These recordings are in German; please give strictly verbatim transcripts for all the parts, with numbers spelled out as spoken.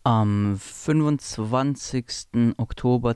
Am fünfundzwanzigsten Oktober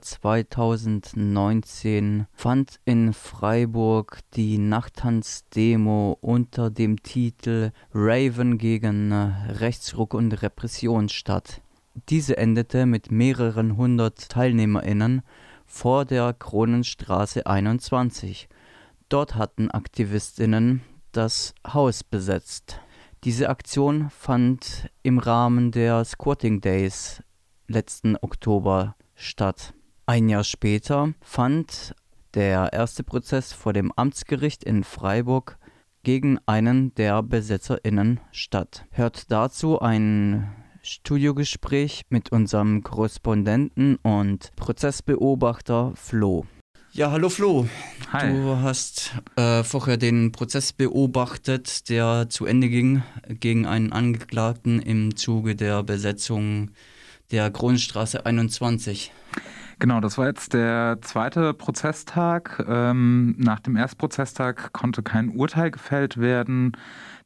zweitausendneunzehn fand in Freiburg die Nachttanz-Demo unter dem Titel Raven gegen Rechtsruck und Repression statt. Diese endete mit mehreren hundert TeilnehmerInnen vor der Kronenstraße einundzwanzig. Dort hatten AktivistInnen das Haus besetzt. Diese Aktion fand im Rahmen der Squatting Days letzten Oktober statt. Ein Jahr später fand der erste Prozess vor dem Amtsgericht in Freiburg gegen einen der BesetzerInnen statt. Hört dazu ein Studiogespräch mit unserem Korrespondenten und Prozessbeobachter Flo. Ja, hallo Flo. Hi. Du hast äh, vorher den Prozess beobachtet, der zu Ende ging gegen einen Angeklagten im Zuge der Besetzung der Kronenstraße einundzwanzig. Genau, das war jetzt der zweite Prozesstag. Ähm, nach dem Erstprozesstag konnte kein Urteil gefällt werden,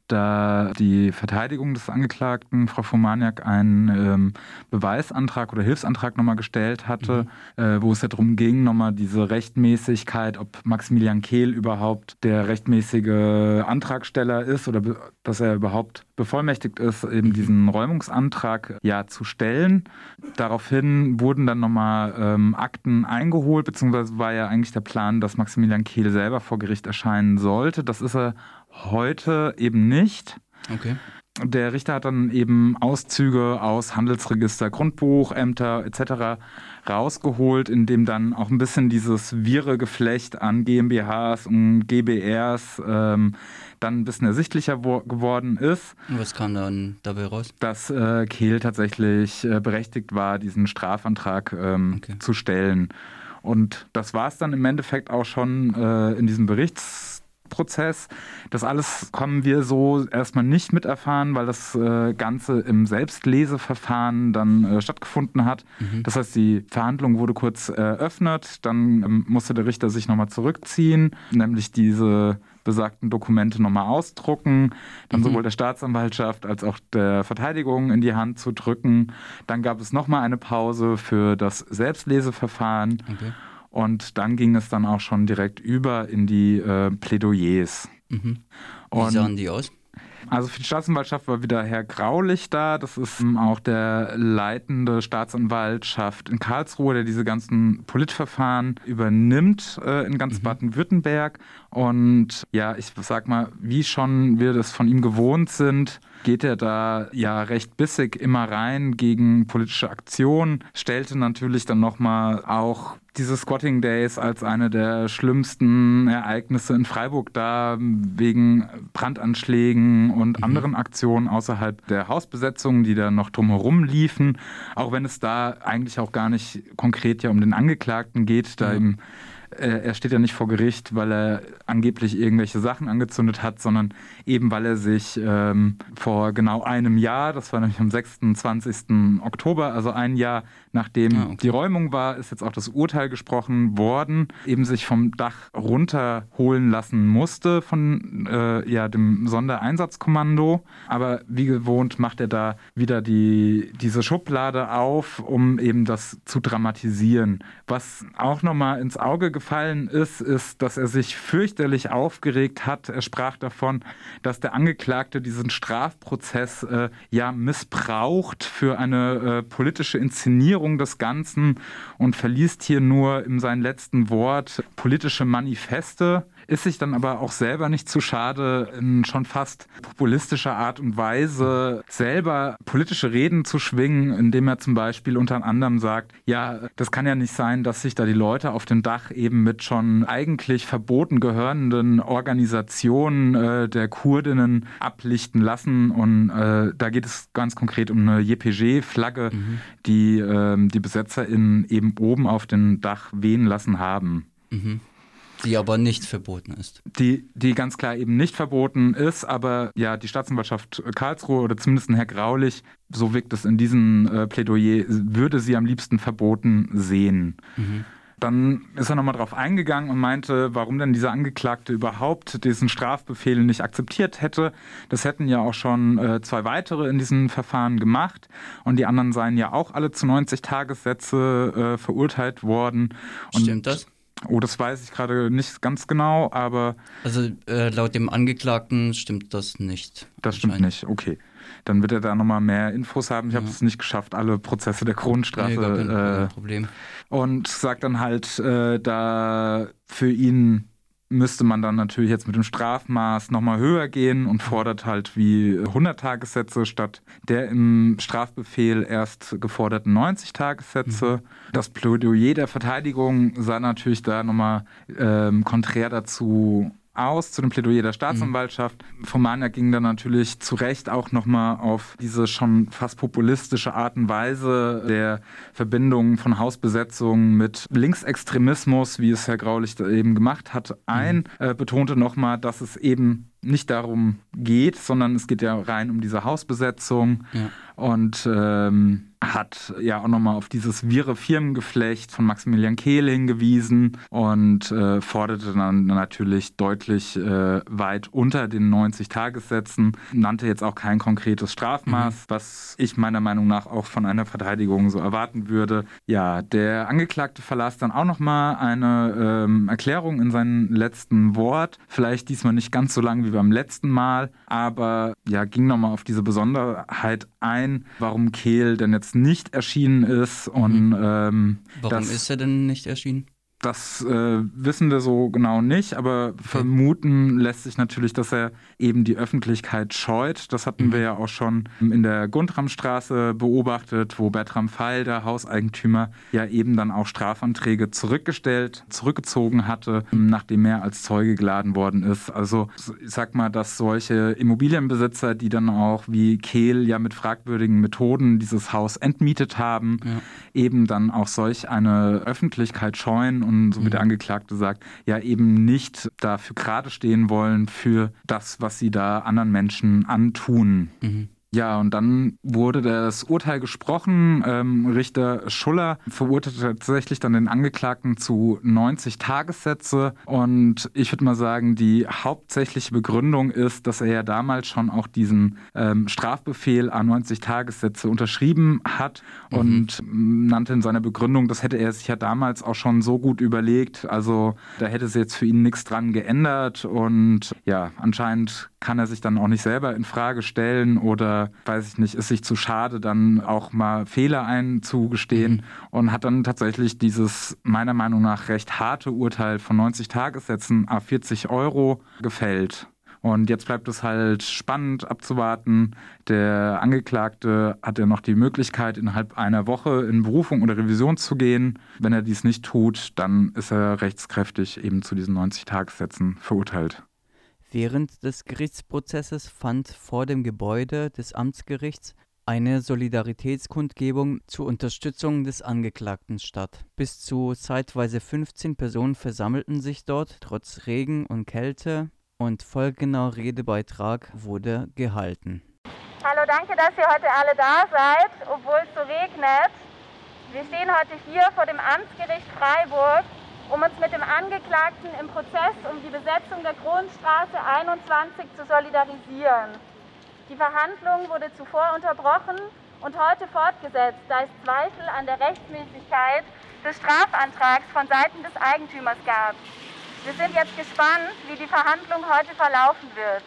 da die Verteidigung des Angeklagten, Frau Fomaniak, einen ähm, Beweisantrag oder Hilfsantrag nochmal gestellt hatte, mhm. äh, wo es ja darum ging, nochmal diese Rechtmäßigkeit, ob Maximilian Kehl überhaupt der rechtmäßige Antragsteller ist oder be- dass er überhaupt bevollmächtigt ist, eben diesen Räumungsantrag ja zu stellen. Daraufhin wurden dann nochmal ähm, Akten eingeholt, beziehungsweise war ja eigentlich der Plan, dass Maximilian Kehl selber vor Gericht erscheinen sollte. Das ist er heute eben nicht. Okay. Der Richter hat dann eben Auszüge aus Handelsregister, Grundbuch, Ämter et cetera rausgeholt, in dem dann auch ein bisschen dieses wirre Geflecht an GmbHs und GbRs ähm, dann ein bisschen ersichtlicher wo- geworden ist. Und was kam dann dabei raus? Dass äh, Kehl tatsächlich äh, berechtigt war, diesen Strafantrag ähm, Okay. zu stellen. Und das war es dann im Endeffekt auch schon äh, in diesem Berichts Prozess. Das alles kommen wir so erstmal nicht miterfahren, weil das äh, Ganze im Selbstleseverfahren dann äh, stattgefunden hat. Mhm. Das heißt, die Verhandlung wurde kurz eröffnet, dann ähm, musste der Richter sich nochmal zurückziehen, nämlich diese besagten Dokumente nochmal ausdrucken, dann mhm. sowohl der Staatsanwaltschaft als auch der Verteidigung in die Hand zu drücken. Dann gab es nochmal eine Pause für das Selbstleseverfahren. Okay. Und dann ging es dann auch schon direkt über in die äh, Plädoyers. Mhm. Wie Und, sahen die aus? Also für die Staatsanwaltschaft war wieder Herr Graulich da. Das ist auch der leitende Staatsanwaltschaft in Karlsruhe, der diese ganzen Politverfahren übernimmt äh, in ganz mhm. Baden-Württemberg. Und ja, ich sag mal, wie schon wir das von ihm gewohnt sind, geht er da ja recht bissig immer rein gegen politische Aktionen, stellte natürlich dann nochmal auch diese Squatting Days als eine der schlimmsten Ereignisse in Freiburg dar, wegen Brandanschlägen und mhm. anderen Aktionen außerhalb der Hausbesetzungen, die da noch drumherum liefen, auch wenn es da eigentlich auch gar nicht konkret ja um den Angeklagten geht, da mhm. eben er steht ja nicht vor Gericht, weil er angeblich irgendwelche Sachen angezündet hat, sondern eben, weil er sich ähm, vor genau einem Jahr, das war nämlich am sechsundzwanzigsten Oktober, also ein Jahr nachdem ah, okay. die Räumung war, ist jetzt auch das Urteil gesprochen worden, eben sich vom Dach runterholen lassen musste von äh, ja, dem Sondereinsatzkommando. Aber wie gewohnt macht er da wieder die, diese Schublade auf, um eben das zu dramatisieren. Was auch nochmal ins Auge gefallen ist, ist, dass er sich fürchterlich aufgeregt hat. Er sprach davon, dass der Angeklagte diesen Strafprozess äh, ja missbraucht für eine äh, politische Inszenierung des Ganzen und verliest hier nur in seinem letzten Wort politische Manifeste, ist sich dann aber auch selber nicht zu schade, in schon fast populistischer Art und Weise selber politische Reden zu schwingen, indem er zum Beispiel unter anderem sagt, ja, das kann ja nicht sein, dass sich da die Leute auf dem Dach eben mit schon eigentlich verboten gehörenden Organisationen äh, der Kurdinnen ablichten lassen. Und äh, da geht es ganz konkret um eine J P G-Flagge, mhm. die äh, die BesetzerInnen eben oben auf dem Dach wehen lassen haben. Mhm. Die aber nicht verboten ist. Die, die ganz klar eben nicht verboten ist, aber ja, die Staatsanwaltschaft Karlsruhe oder zumindest Herr Graulich, so wirkt es in diesem äh, Plädoyer, würde sie am liebsten verboten sehen. Mhm. Dann ist er nochmal drauf eingegangen und meinte, warum denn dieser Angeklagte überhaupt diesen Strafbefehl nicht akzeptiert hätte. Das hätten ja auch schon äh, zwei weitere in diesem Verfahren gemacht und die anderen seien ja auch alle zu neunzig Tagessätze äh, verurteilt worden. Und Stimmt das? Oh, das weiß ich gerade nicht ganz genau, aber... Also äh, laut dem Angeklagten stimmt das nicht. Das stimmt nicht, okay. Dann wird er da nochmal mehr Infos haben. Ich ja. habe es nicht geschafft, alle Prozesse der Kronstraße... Nee, gar kein äh, Problem. Und sagt dann halt, äh, da für ihn müsste man dann natürlich jetzt mit dem Strafmaß nochmal höher gehen und fordert halt wie hundert Tagessätze statt der im Strafbefehl erst geforderten neunzig Tagessätze. Mhm. Das Plädoyer der Verteidigung sah natürlich da nochmal ähm, konträr dazu aus, zu dem Plädoyer der Staatsanwaltschaft. Mhm. Fomania ging dann natürlich zu Recht auch nochmal auf diese schon fast populistische Art und Weise der Verbindung von Hausbesetzungen mit Linksextremismus, wie es Herr Graulich da eben gemacht hat, ein. Mhm. Äh, betonte nochmal, dass es eben nicht darum geht, sondern es geht ja rein um diese Hausbesetzung. Ja. Und ähm, hat ja auch nochmal auf dieses wirre Firmengeflecht von Maximilian Kehl hingewiesen und äh, forderte dann natürlich deutlich äh, weit unter den neunzig Tagessätzen, nannte jetzt auch kein konkretes Strafmaß, mhm. was ich meiner Meinung nach auch von einer Verteidigung so erwarten würde. Ja, der Angeklagte verlas dann auch nochmal eine ähm, Erklärung in seinem letzten Wort, vielleicht diesmal nicht ganz so lang wie beim letzten Mal, aber ja, ging nochmal auf diese Besonderheit ein, warum Kehl denn jetzt nicht erschienen ist. Und, ähm, Warum das, ist er denn nicht erschienen? Das äh, wissen wir so genau nicht, aber okay. vermuten lässt sich natürlich, dass er eben die Öffentlichkeit scheut. Das hatten mhm. wir ja auch schon in der Guntramstraße beobachtet, wo Bertram Feil, der Hauseigentümer, ja eben dann auch Strafanträge zurückgestellt, zurückgezogen hatte, nachdem er als Zeuge geladen worden ist. Also ich sag mal, dass solche Immobilienbesitzer, die dann auch wie Kehl ja mit fragwürdigen Methoden dieses Haus entmietet haben, ja. eben dann auch solch eine Öffentlichkeit scheuen und so wie der Angeklagte sagt, ja eben nicht dafür gerade stehen wollen für das, was sie da anderen Menschen antun. Mhm. Ja, und dann wurde das Urteil gesprochen. Ähm, Richter Schuller verurteilte tatsächlich dann den Angeklagten zu neunzig Tagessätze. Und ich würde mal sagen, die hauptsächliche Begründung ist, dass er ja damals schon auch diesen ähm, Strafbefehl à neunzig Tagessätze unterschrieben hat mhm. und nannte in seiner Begründung, das hätte er sich ja damals auch schon so gut überlegt. Also da hätte es jetzt für ihn nichts dran geändert. Und ja, anscheinend kann er sich dann auch nicht selber in Frage stellen oder, weiß ich nicht, ist sich zu schade, dann auch mal Fehler einzugestehen mhm. und hat dann tatsächlich dieses meiner Meinung nach recht harte Urteil von neunzig Tagessätzen à vierzig Euro gefällt. Und jetzt bleibt es halt spannend abzuwarten. Der Angeklagte hat ja noch die Möglichkeit, innerhalb einer Woche in Berufung oder Revision zu gehen. Wenn er dies nicht tut, dann ist er rechtskräftig eben zu diesen neunzig Tagessätzen verurteilt. Während des Gerichtsprozesses fand vor dem Gebäude des Amtsgerichts eine Solidaritätskundgebung zur Unterstützung des Angeklagten statt. Bis zu zeitweise fünfzehn Personen versammelten sich dort, trotz Regen und Kälte, und folgender Redebeitrag wurde gehalten. Hallo, danke, dass ihr heute alle da seid, obwohl es so regnet. Wir stehen heute hier vor dem Amtsgericht Freiburg, um uns mit dem Angeklagten im Prozess um die Besetzung der Kronstraße einundzwanzig zu solidarisieren. Die Verhandlung wurde zuvor unterbrochen und heute fortgesetzt, da es Zweifel an der Rechtmäßigkeit des Strafantrags von Seiten des Eigentümers gab. Wir sind jetzt gespannt, wie die Verhandlung heute verlaufen wird.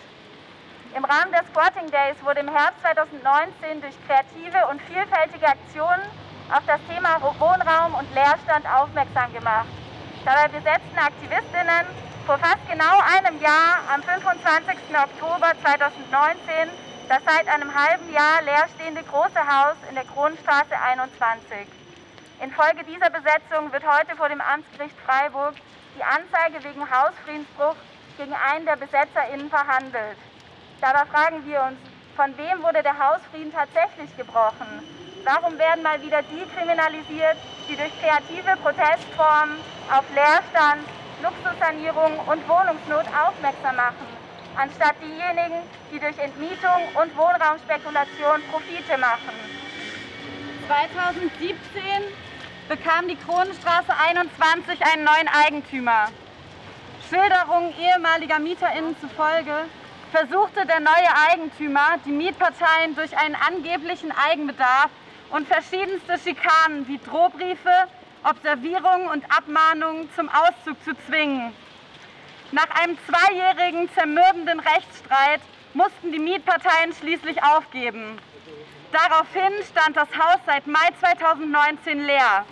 Im Rahmen der Squatting Days wurde im Herbst zweitausendneunzehn durch kreative und vielfältige Aktionen auf das Thema Wohnraum und Leerstand aufmerksam gemacht. Dabei besetzten Aktivistinnen vor fast genau einem Jahr, am fünfundzwanzigsten Oktober zweitausendneunzehn, das seit einem halben Jahr leerstehende große Haus in der Kronstraße einundzwanzig. Infolge dieser Besetzung wird heute vor dem Amtsgericht Freiburg die Anzeige wegen Hausfriedensbruch gegen einen der BesetzerInnen verhandelt. Dabei fragen wir uns, von wem wurde der Hausfrieden tatsächlich gebrochen? Warum werden mal wieder die kriminalisiert, die durch kreative Protestformen auf Leerstand, Luxussanierung und Wohnungsnot aufmerksam machen, anstatt diejenigen, die durch Entmietung und Wohnraumspekulation Profite machen? zweitausendsiebzehn bekam die Kronenstraße einundzwanzig einen neuen Eigentümer. Schilderungen ehemaliger MieterInnen zufolge versuchte der neue Eigentümer, die Mietparteien durch einen angeblichen Eigenbedarf und verschiedenste Schikanen wie Drohbriefe, Observierungen und Abmahnungen zum Auszug zu zwingen. Nach einem zweijährigen zermürbenden Rechtsstreit mussten die Mietparteien schließlich aufgeben. Daraufhin stand das Haus seit Mai zweitausendneunzehn leer.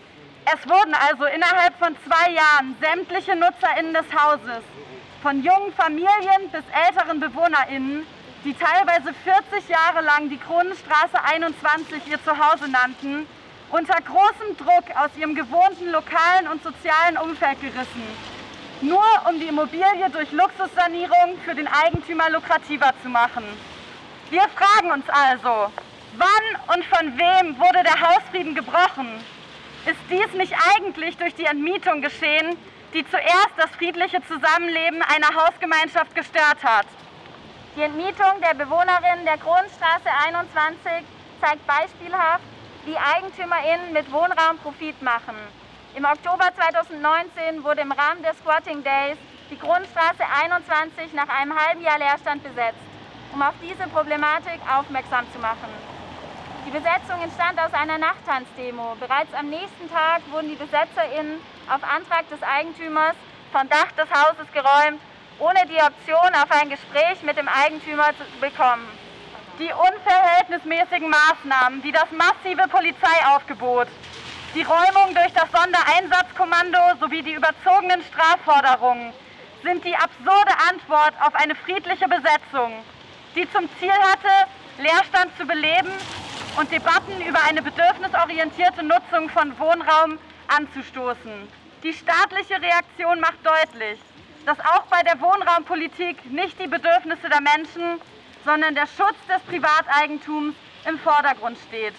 Es wurden also innerhalb von zwei Jahren sämtliche NutzerInnen des Hauses, von jungen Familien bis älteren BewohnerInnen, die teilweise vierzig Jahre lang die Kronenstraße einundzwanzig ihr Zuhause nannten, unter großem Druck aus ihrem gewohnten lokalen und sozialen Umfeld gerissen. Nur um die Immobilie durch Luxussanierung für den Eigentümer lukrativer zu machen. Wir fragen uns also, wann und von wem wurde der Hausfrieden gebrochen? Ist dies nicht eigentlich durch die Entmietung geschehen, die zuerst das friedliche Zusammenleben einer Hausgemeinschaft gestört hat? Die Entmietung der Bewohnerinnen der Kronenstraße einundzwanzig zeigt beispielhaft, wie EigentümerInnen mit Wohnraum Profit machen. Im Oktober zweitausendneunzehn wurde im Rahmen der Squatting Days die Kronenstraße einundzwanzig nach einem halben Jahr Leerstand besetzt, um auf diese Problematik aufmerksam zu machen. Die Besetzung entstand aus einer Nachttanzdemo. Bereits am nächsten Tag wurden die BesetzerInnen auf Antrag des Eigentümers vom Dach des Hauses geräumt, ohne die Option auf ein Gespräch mit dem Eigentümer zu bekommen. Die unverhältnismäßigen Maßnahmen wie das massive Polizeiaufgebot, die Räumung durch das Sondereinsatzkommando sowie die überzogenen Strafforderungen sind die absurde Antwort auf eine friedliche Besetzung, die zum Ziel hatte, Leerstand zu beleben und Debatten über eine bedürfnisorientierte Nutzung von Wohnraum anzustoßen. Die staatliche Reaktion macht deutlich, dass auch bei der Wohnraumpolitik nicht die Bedürfnisse der Menschen, sondern der Schutz des Privateigentums im Vordergrund steht.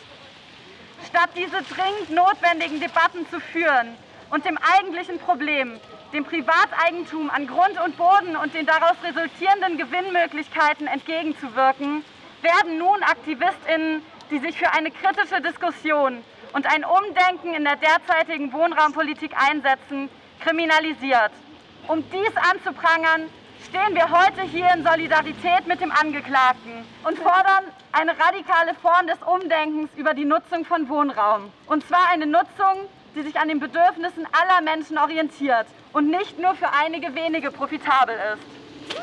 Statt diese dringend notwendigen Debatten zu führen und dem eigentlichen Problem, dem Privateigentum an Grund und Boden und den daraus resultierenden Gewinnmöglichkeiten entgegenzuwirken, werden nun AktivistInnen, die sich für eine kritische Diskussion und ein Umdenken in der derzeitigen Wohnraumpolitik einsetzen, kriminalisiert. Um dies anzuprangern, stehen wir heute hier in Solidarität mit dem Angeklagten und fordern eine radikale Form des Umdenkens über die Nutzung von Wohnraum. Und zwar eine Nutzung, die sich an den Bedürfnissen aller Menschen orientiert und nicht nur für einige wenige profitabel ist.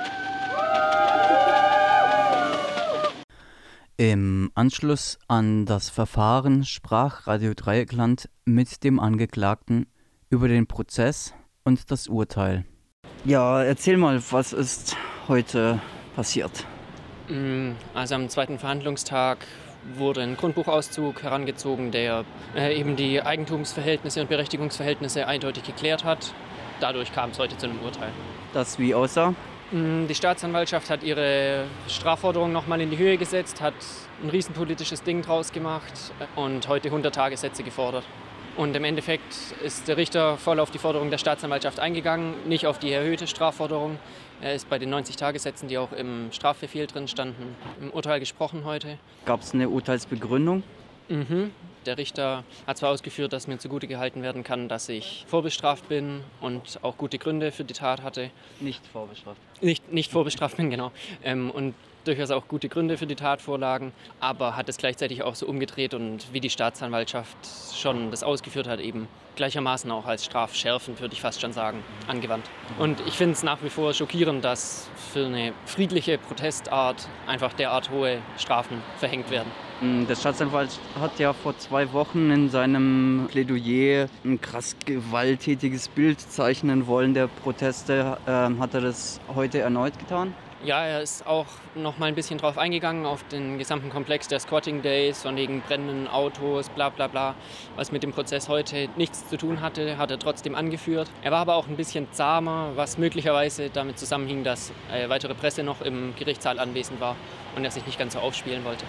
Im Anschluss an das Verfahren sprach Radio Dreieckland mit dem Angeklagten über den Prozess und das Urteil. Ja, erzähl mal, was ist heute passiert? Also am zweiten Verhandlungstag wurde ein Grundbuchauszug herangezogen, der äh, eben die Eigentumsverhältnisse und Berechtigungsverhältnisse eindeutig geklärt hat. Dadurch kam es heute zu einem Urteil. Das wie aussah? Die Staatsanwaltschaft hat ihre Strafforderung nochmal in die Höhe gesetzt, hat ein riesenpolitisches Ding draus gemacht und heute hundert Tagessätze gefordert. Und im Endeffekt ist der Richter voll auf die Forderung der Staatsanwaltschaft eingegangen, nicht auf die erhöhte Strafforderung. Er ist bei den neunzig Tagessätzen, die auch im Strafbefehl drin standen, im Urteil gesprochen heute. Gab es eine Urteilsbegründung? Mhm. Der Richter hat zwar ausgeführt, dass mir zugute gehalten werden kann, dass ich vorbestraft bin und auch gute Gründe für die Tat hatte. Nicht vorbestraft. Nicht, nicht vorbestraft bin, genau. Ähm, und durchaus auch gute Gründe für die Tat vorlagen, aber hat es gleichzeitig auch so umgedreht und wie die Staatsanwaltschaft schon das ausgeführt hat, eben gleichermaßen auch als strafschärfend, würde ich fast schon sagen, angewandt. Und ich finde es nach wie vor schockierend, dass für eine friedliche Protestart einfach derart hohe Strafen verhängt werden. Der Staatsanwalt hat ja vor zwei Wochen in seinem Plädoyer ein krass gewalttätiges Bild zeichnen wollen der Proteste. Ähm, hat er das heute erneut getan? Ja, er ist auch noch mal ein bisschen drauf eingegangen, auf den gesamten Komplex der Squatting Days, von wegen brennenden Autos, bla bla bla. Was mit dem Prozess heute nichts zu tun hatte, hat er trotzdem angeführt. Er war aber auch ein bisschen zahmer, was möglicherweise damit zusammenhing, dass äh, weitere Presse noch im Gerichtssaal anwesend war und er sich nicht ganz so aufspielen wollte.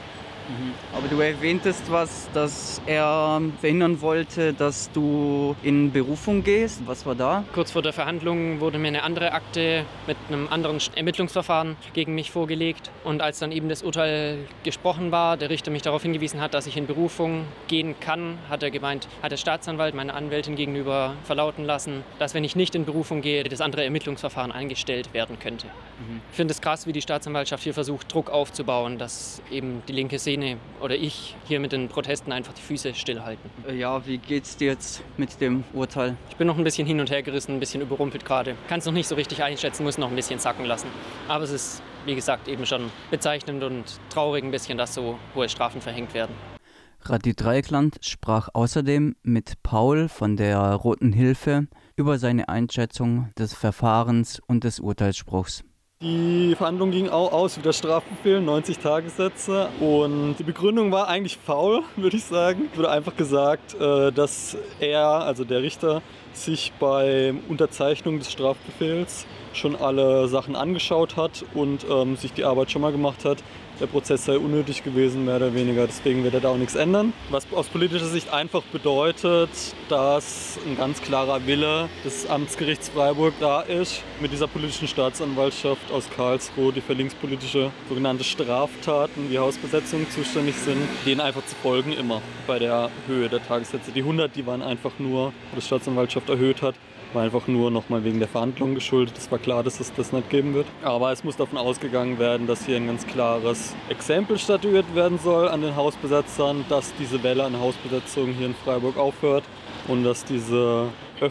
Aber du erwähntest was, dass er verhindern wollte, dass du in Berufung gehst. Was war da? Kurz vor der Verhandlung wurde mir eine andere Akte mit einem anderen Ermittlungsverfahren gegen mich vorgelegt. Und als dann eben das Urteil gesprochen war, der Richter mich darauf hingewiesen hat, dass ich in Berufung gehen kann, hat er gemeint, hat der Staatsanwalt meiner Anwältin gegenüber verlauten lassen, dass wenn ich nicht in Berufung gehe, das andere Ermittlungsverfahren eingestellt werden könnte. Mhm. Ich finde es krass, wie die Staatsanwaltschaft hier versucht, Druck aufzubauen, dass eben die linke Szene oder ich hier mit den Protesten einfach die Füße stillhalten. Ja, wie geht's dir jetzt mit dem Urteil? Ich bin noch ein bisschen hin und her gerissen, ein bisschen überrumpelt gerade. Kann es noch nicht so richtig einschätzen, muss noch ein bisschen sacken lassen. Aber es ist, wie gesagt, eben schon bezeichnend und traurig ein bisschen, dass so hohe Strafen verhängt werden. Radi Dreieckland sprach außerdem mit Paul von der Roten Hilfe über seine Einschätzung des Verfahrens und des Urteilsspruchs. Die Verhandlung ging auch aus wie der Strafbefehl, neunzig Tagessätze. Und die Begründung war eigentlich faul, würde ich sagen. Es wurde einfach gesagt, dass er, also der Richter, sich bei Unterzeichnung des Strafbefehls schon alle Sachen angeschaut hat und ähm, sich die Arbeit schon mal gemacht hat. Der Prozess sei unnötig gewesen, mehr oder weniger. Deswegen wird er da auch nichts ändern. Was aus politischer Sicht einfach bedeutet, dass ein ganz klarer Wille des Amtsgerichts Freiburg da ist, mit dieser politischen Staatsanwaltschaft aus Karlsruhe, die für linkspolitische sogenannte Straftaten wie Hausbesetzung zuständig sind, denen einfach zu folgen immer bei der Höhe der Tagessätze. Die hundert, die waren einfach nur, wo die Staatsanwaltschaft erhöht hat, war einfach nur nochmal wegen der Verhandlungen geschuldet. Es war klar, dass es das nicht geben wird. Aber es muss davon ausgegangen werden, dass hier ein ganz klares Exempel statuiert werden soll an den Hausbesetzern, dass diese Welle an Hausbesetzungen hier in Freiburg aufhört und dass diese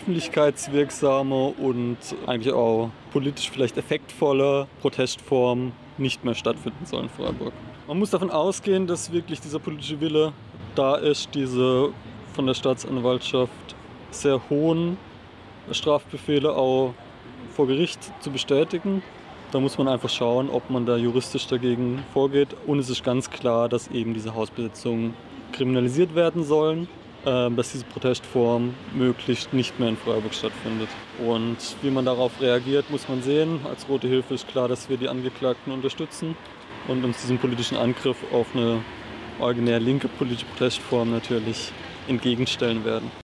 öffentlichkeitswirksame und eigentlich auch politisch vielleicht effektvolle Protestform nicht mehr stattfinden soll in Freiburg. Man muss davon ausgehen, dass wirklich dieser politische Wille da ist, diese von der Staatsanwaltschaft sehr hohen Strafbefehle auch vor Gericht zu bestätigen. Da muss man einfach schauen, ob man da juristisch dagegen vorgeht. Und es ist ganz klar, dass eben diese Hausbesetzungen kriminalisiert werden sollen, äh, dass diese Protestform möglichst nicht mehr in Freiburg stattfindet. Und wie man darauf reagiert, muss man sehen. Als Rote Hilfe ist klar, dass wir die Angeklagten unterstützen und uns diesen politischen Angriff auf eine originär linke politische Protestform natürlich entgegenstellen werden.